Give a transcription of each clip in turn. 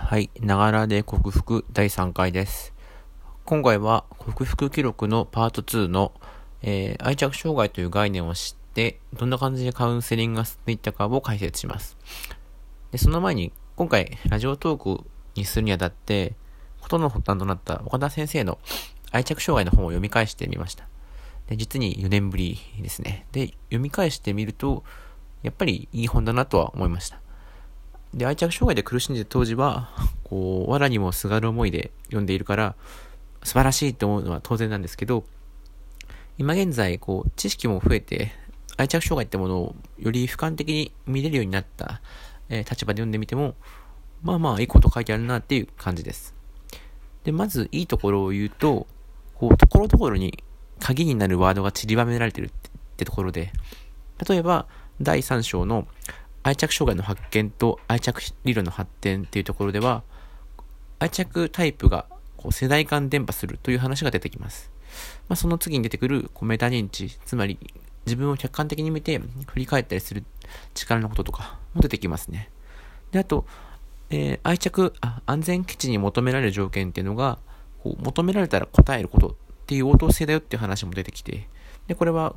はい、ながらで克服第3回です。今回は克服記録のパート2の、愛着障害という概念を知って、どんな感じでカウンセリングが進んでいったかを解説します。で、その前に、今回ラジオトークにするにあたって、ことの発端となった岡田先生の愛着障害の本を読み返してみました。で、実に4年ぶりですね。で、読み返してみると、やっぱりいい本だなとは思いました。で、愛着障害で苦しんでいた当時は、藁にもすがる思いで読んでいるから、素晴らしいと思うのは当然なんですけど、今現在、知識も増えて、愛着障害ってものをより俯瞰的に見れるようになった、立場で読んでみても、まあまあいいこと書いてあるなっていう感じです。で、まずいいところを言うと、ところどころに鍵になるワードが散りばめられてるってところで、例えば、第3章の愛着障害の発見と愛着理論の発展っていうところでは、愛着タイプが世代間伝播するという話が出てきます。その次に出てくるメタ認知、つまり自分を客観的に見て振り返ったりする力のこととかも出てきますね。で、あと、安全基地に求められる条件っていうのが、求められたら答えることっていう応答性だよっていう話も出てきて、で、これは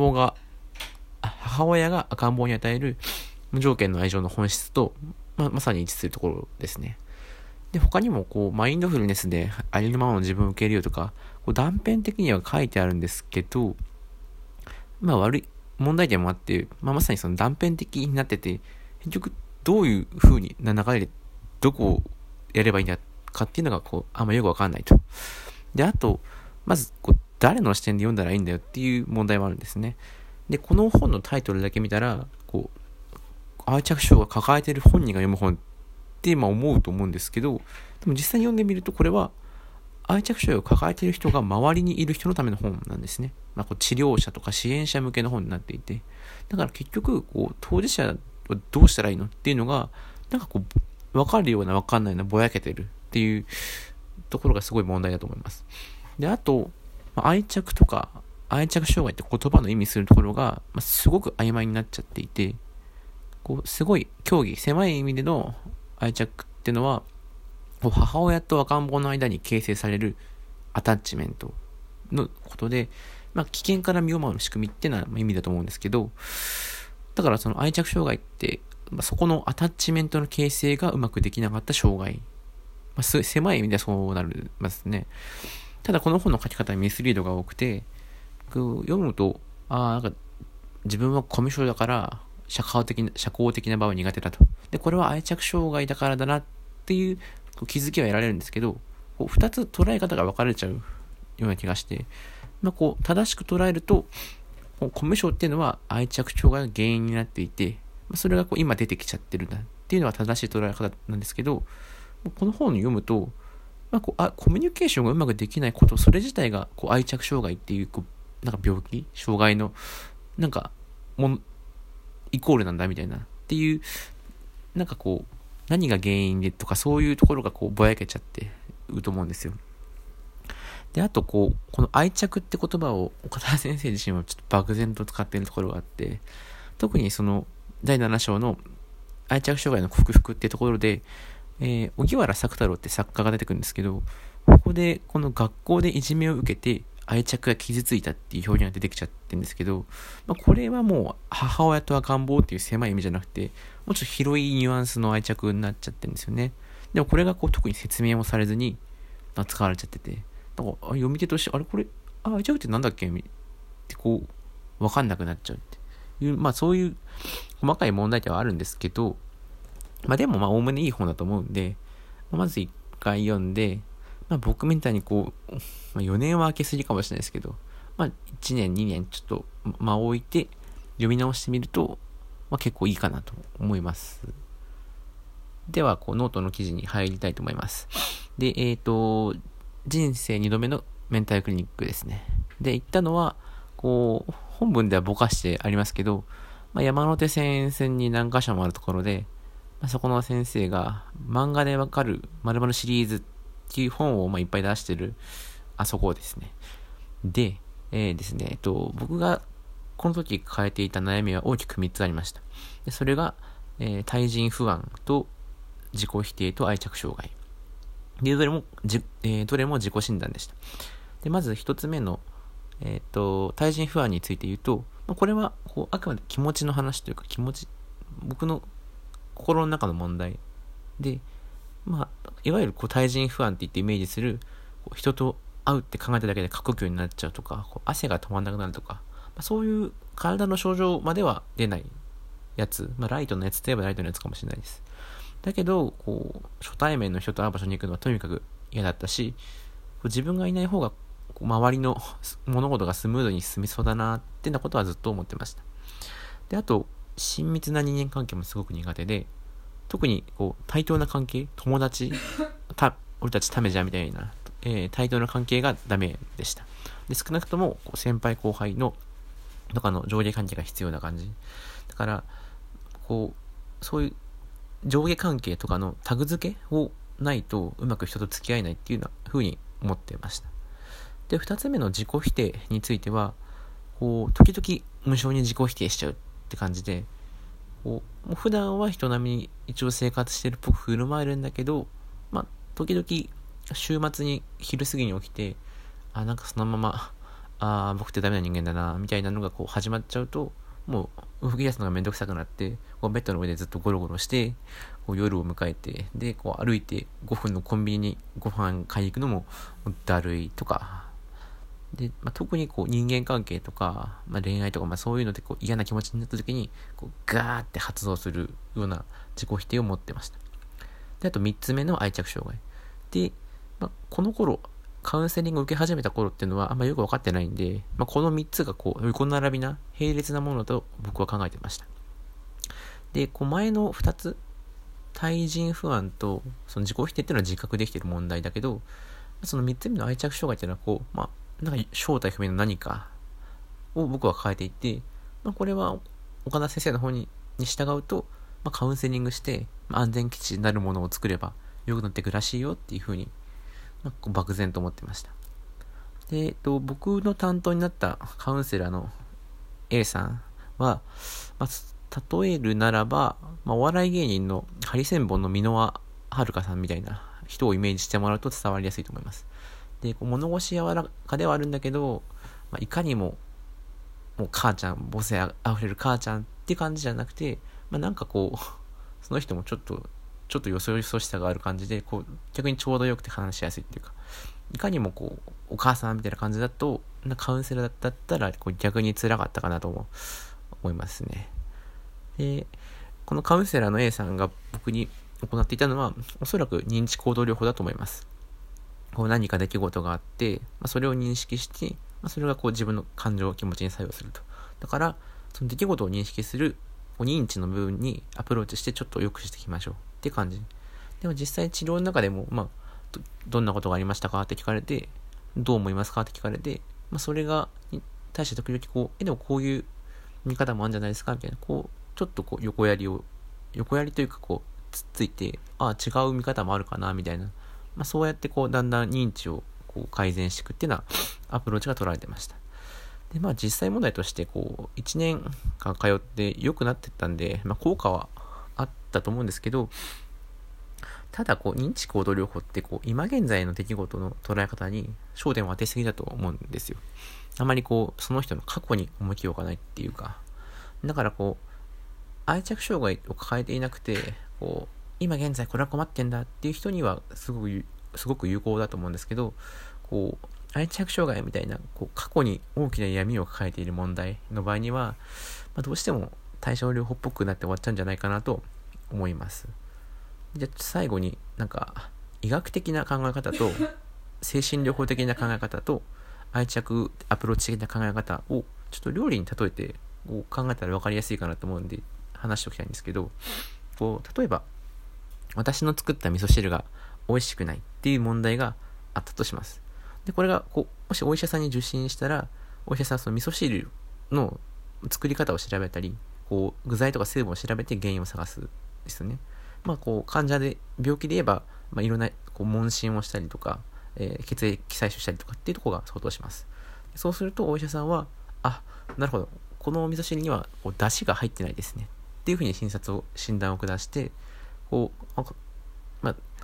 母親が赤ん坊に与える無条件の愛情の本質と、まさに一致するところですね。で、他にもマインドフルネスでありのままの自分を受け入れるとか、断片的には書いてあるんですけど、悪い問題点もあって、まさにその断片的になってて、結局どういう風な流れでどこをやればいいんだかっていうのがあんまよくわかんないと。で、あと、まず誰の視点で読んだらいいんだよっていう問題もあるんですね。で、この本のタイトルだけ見たら、愛着症が抱えている本人が読む本って思うと思うんですけど、でも実際に読んでみるとこれは愛着症を抱えている人が周りにいる人のための本なんですね。治療者とか支援者向けの本になっていて、だから結局当事者はどうしたらいいのっていうのが分かるような分かんないようなぼやけてるっていうところがすごい問題だと思います。で、あと愛着とか愛着障害って言葉の意味するところがすごく曖昧になっちゃっていて、すごい狭い意味での愛着っていうのは、母親と赤ん坊の間に形成されるアタッチメントのことで、危険から身を守る仕組みっていうのは意味だと思うんですけど、だからその愛着障害って、そこのアタッチメントの形成がうまくできなかった障害。狭い意味ではそうなりますね。ただこの本の書き方にミスリードが多くて、読むと、自分はコミュ障だから、社交的な場は苦手だと。で、これは愛着障害だからだなっていう気づきは得られるんですけど、二つ捉え方が分かれちゃうような気がして、正しく捉えると、コミュ障っていうのは愛着障害が原因になっていて、それが今出てきちゃってるんだっていうのは正しい捉え方なんですけど、この本を読むと、コミュニケーションがうまくできないこと、それ自体が愛着障害っていう、病気障害の、イコールなんだみたいなっていう何が原因でとかそういうところがぼやけちゃってると思うんですよ。で、あとこの愛着って言葉を岡田先生自身はちょっと漠然と使っているところがあって、特にその第7章の愛着障害の克服っていうところで、荻原作太郎って作家が出てくるんですけど、ここでこの学校でいじめを受けて愛着が傷ついたっていう表現が出てきちゃってるんですけど、これはもう母親と赤ん坊っていう狭い意味じゃなくて、もうちょっと広いニュアンスの愛着になっちゃってるんですよね。でもこれが特に説明もされずに使われちゃってて、読み手としてこれ愛着ってなんだっけって分かんなくなっちゃうっていう、そういう細かい問題点はあるんですけど、でもおおむねいい本だと思うんで、まず一回読んで、僕みたいに4年は空けすぎかもしれないですけど、1年2年ちょっと間を置いて読み直してみると、結構いいかなと思います。ではノートの記事に入りたいと思います。で、人生2度目のメンタルクリニックですね。で、行ったのは本文ではぼかしてありますけど、山手線線に何箇所もあるところで、そこの先生が漫画でわかる〇〇シリーズっていう本をいっぱい出してるあそこですね。で、ですね、僕がこの時抱えていた悩みは大きく3つありました。でそれが、対人不安と自己否定と愛着障害。で、どれも自己診断でした。で、まず一つ目の、対人不安について言うと、これはあくまで気持ちの話というか、僕の心の中の問題で、いわゆる対人不安って言ってイメージする、人と会うって考えただけで過呼吸になっちゃうとか、汗が止まんなくなるとか、そういう体の症状までは出ないやつ、ライトのやつといえばライトのやつかもしれないです。だけど、初対面の人と会う場所に行くのはとにかく嫌だったし、自分がいない方が周りの物事がスムーズに進みそうだなってなことはずっと思ってました。で、あと親密な人間関係もすごく苦手で、特に対等な関係、友達俺たちためじゃみたいな、対等な関係がダメでした。で、少なくとも先輩後輩のとかの上下関係が必要な感じだから、そういう上下関係とかのタグ付けをないとうまく人と付き合えないっていう風に思ってました。で、二つ目の自己否定については、時々無性に自己否定しちゃうって感じで、もう普段は人並みに一応生活してるっぽく振る舞えるんだけど、時々週末に昼過ぎに起きて、なんかそのまま、僕ってダメな人間だな、みたいなのが始まっちゃうと、もう動き出すのがめんどくさくなって、ベッドの上でずっとゴロゴロして、夜を迎えて、で、歩いて5分のコンビニにご飯買いに行くのもだるいとか、で、特に人間関係とか、恋愛とか、そういうので嫌な気持ちになった時にガーって発動するような自己否定を持ってました。で、あと3つ目の愛着障害で、この頃カウンセリングを受け始めた頃っていうのはあんまよく分かってないんで、この3つが横並びな並列なものだと僕は考えてました。で、前の2つ、対人不安とその自己否定っていうのは自覚できている問題だけど、その3つ目の愛着障害っていうのはなんか正体不明の何かを僕は抱えていて、これは岡田先生の方に従うと、カウンセリングして安全基地になるものを作れば良くなっていくらしいよっていうふうに、漠然と思ってました。で、僕の担当になったカウンセラーの A さんは、例えるならば、お笑い芸人のハリセンボンの箕輪遥さんみたいな人をイメージしてもらうと伝わりやすいと思います。で、物腰柔らかではあるんだけど、いかにもう母ちゃん、母性あふれる母ちゃんっていう感じじゃなくて、なんかその人もちょっとよそよそしさがある感じで、逆にちょうどよくて話しやすいっていうか、いかにもお母さんみたいな感じだと、カウンセラーだったら逆に辛かったかなとも思いますね。で、このカウンセラーの A さんが僕に行っていたのは、おそらく認知行動療法だと思います。何か出来事があって、それを認識して、それが自分の感情、気持ちに作用すると。だから、その出来事を認識する認知の部分にアプローチしてちょっと良くしていきましょうっていう感じ。でも実際治療の中でも、どんなことがありましたかって聞かれて、どう思いますかって聞かれて、それが、に対して時々でもこういう見方もあるんじゃないですかみたいな、ちょっと横やりというかつっついて、違う見方もあるかなみたいな、そうやってだんだん認知を改善していくっていうようなアプローチが取られてました。で、実際問題として1年間通って良くなってったんで、効果はあったと思うんですけど、ただ認知行動療法って今現在の出来事の捉え方に焦点を当てすぎだと思うんですよ。あまりその人の過去に重きを置かないっていうか、だから愛着障害を抱えていなくて今現在これは困ってんだっていう人にはすごく有効だと思うんですけど、愛着障害みたいな過去に大きな闇を抱えている問題の場合には、どうしても対症療法っぽくなって終わっちゃうんじゃないかなと思います。じゃあ最後に医学的な考え方と精神療法的な考え方と愛着アプローチ的な考え方をちょっと料理に例えて考えたら分かりやすいかなと思うんで話しておきたいんですけど、例えば私の作った味噌汁が美味しくないっていう問題があったとします。で、これがもしお医者さんに受診したら、お医者さんはその味噌汁の作り方を調べたり、具材とか成分を調べて原因を探すですよね。患者で病気で言えば、いろんな問診をしたりとか、血液採取したりとかっていうところが相当します。そうするとお医者さんは、なるほど、このお味噌汁には出汁が入ってないですねっていうふうに診断を下して、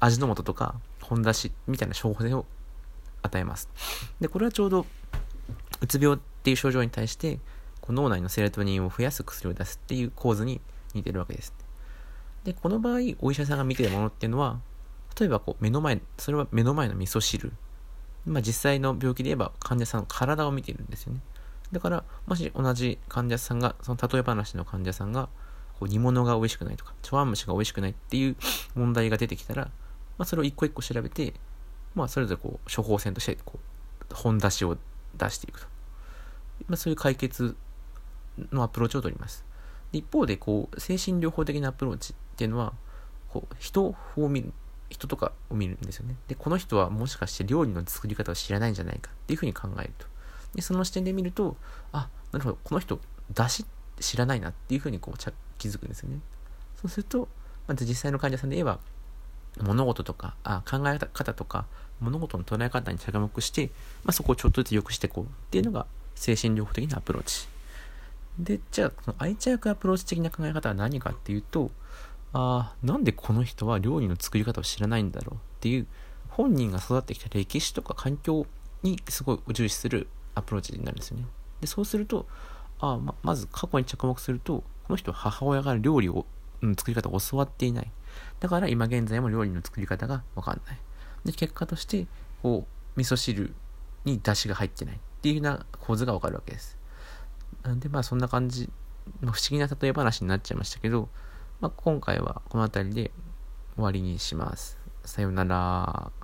味の素とか本出しみたいな処方箋を与えます。でこれはちょうどうつ病っていう症状に対してこう脳内のセロトニンを増やす薬を出すっていう構図に似てるわけです。でこの場合お医者さんが見ているものっていうのは、例えばこうそれは目の前の味噌汁、実際の病気で言えば患者さんの体を見ているんですよね。だからもし同じ患者さんが、その例え話の患者さんがこう煮物が美味しくないとか茶碗蒸しが美味しくないっていう問題が出てきたら、それを一個一個調べて、それぞれこう処方箋としてこう本出しを出していくと、そういう解決のアプローチを取ります。一方でこう精神療法的なアプローチっていうのはこう人とかを見るんですよね。でこの人はもしかして料理の作り方を知らないんじゃないかっていうふうに考えると、でその視点で見ると、なるほど、この人出汁知らないなっていうふうにこう気づくんですよね。そうすると、実際の患者さんで言えば物事とか考え方とか物事の捉え方に着目して、そこをちょっとずつ良くしていこうっていうのが精神療法的なアプローチで、じゃあその愛着アプローチ的な考え方は何かっていうと、なんでこの人は料理の作り方を知らないんだろうっていう、本人が育ってきた歴史とか環境にすごい重視するアプローチになるんですよね。でそうするとまず過去に着目すると、この人は母親が料理を、作り方を教わっていない。だから今現在も料理の作り方が分かんない。で結果としてこう味噌汁に出汁が入ってないっていうような構図が分かるわけです。なんでそんな感じ、不思議な例え話になっちゃいましたけど、今回はこの辺りで終わりにします。さようなら。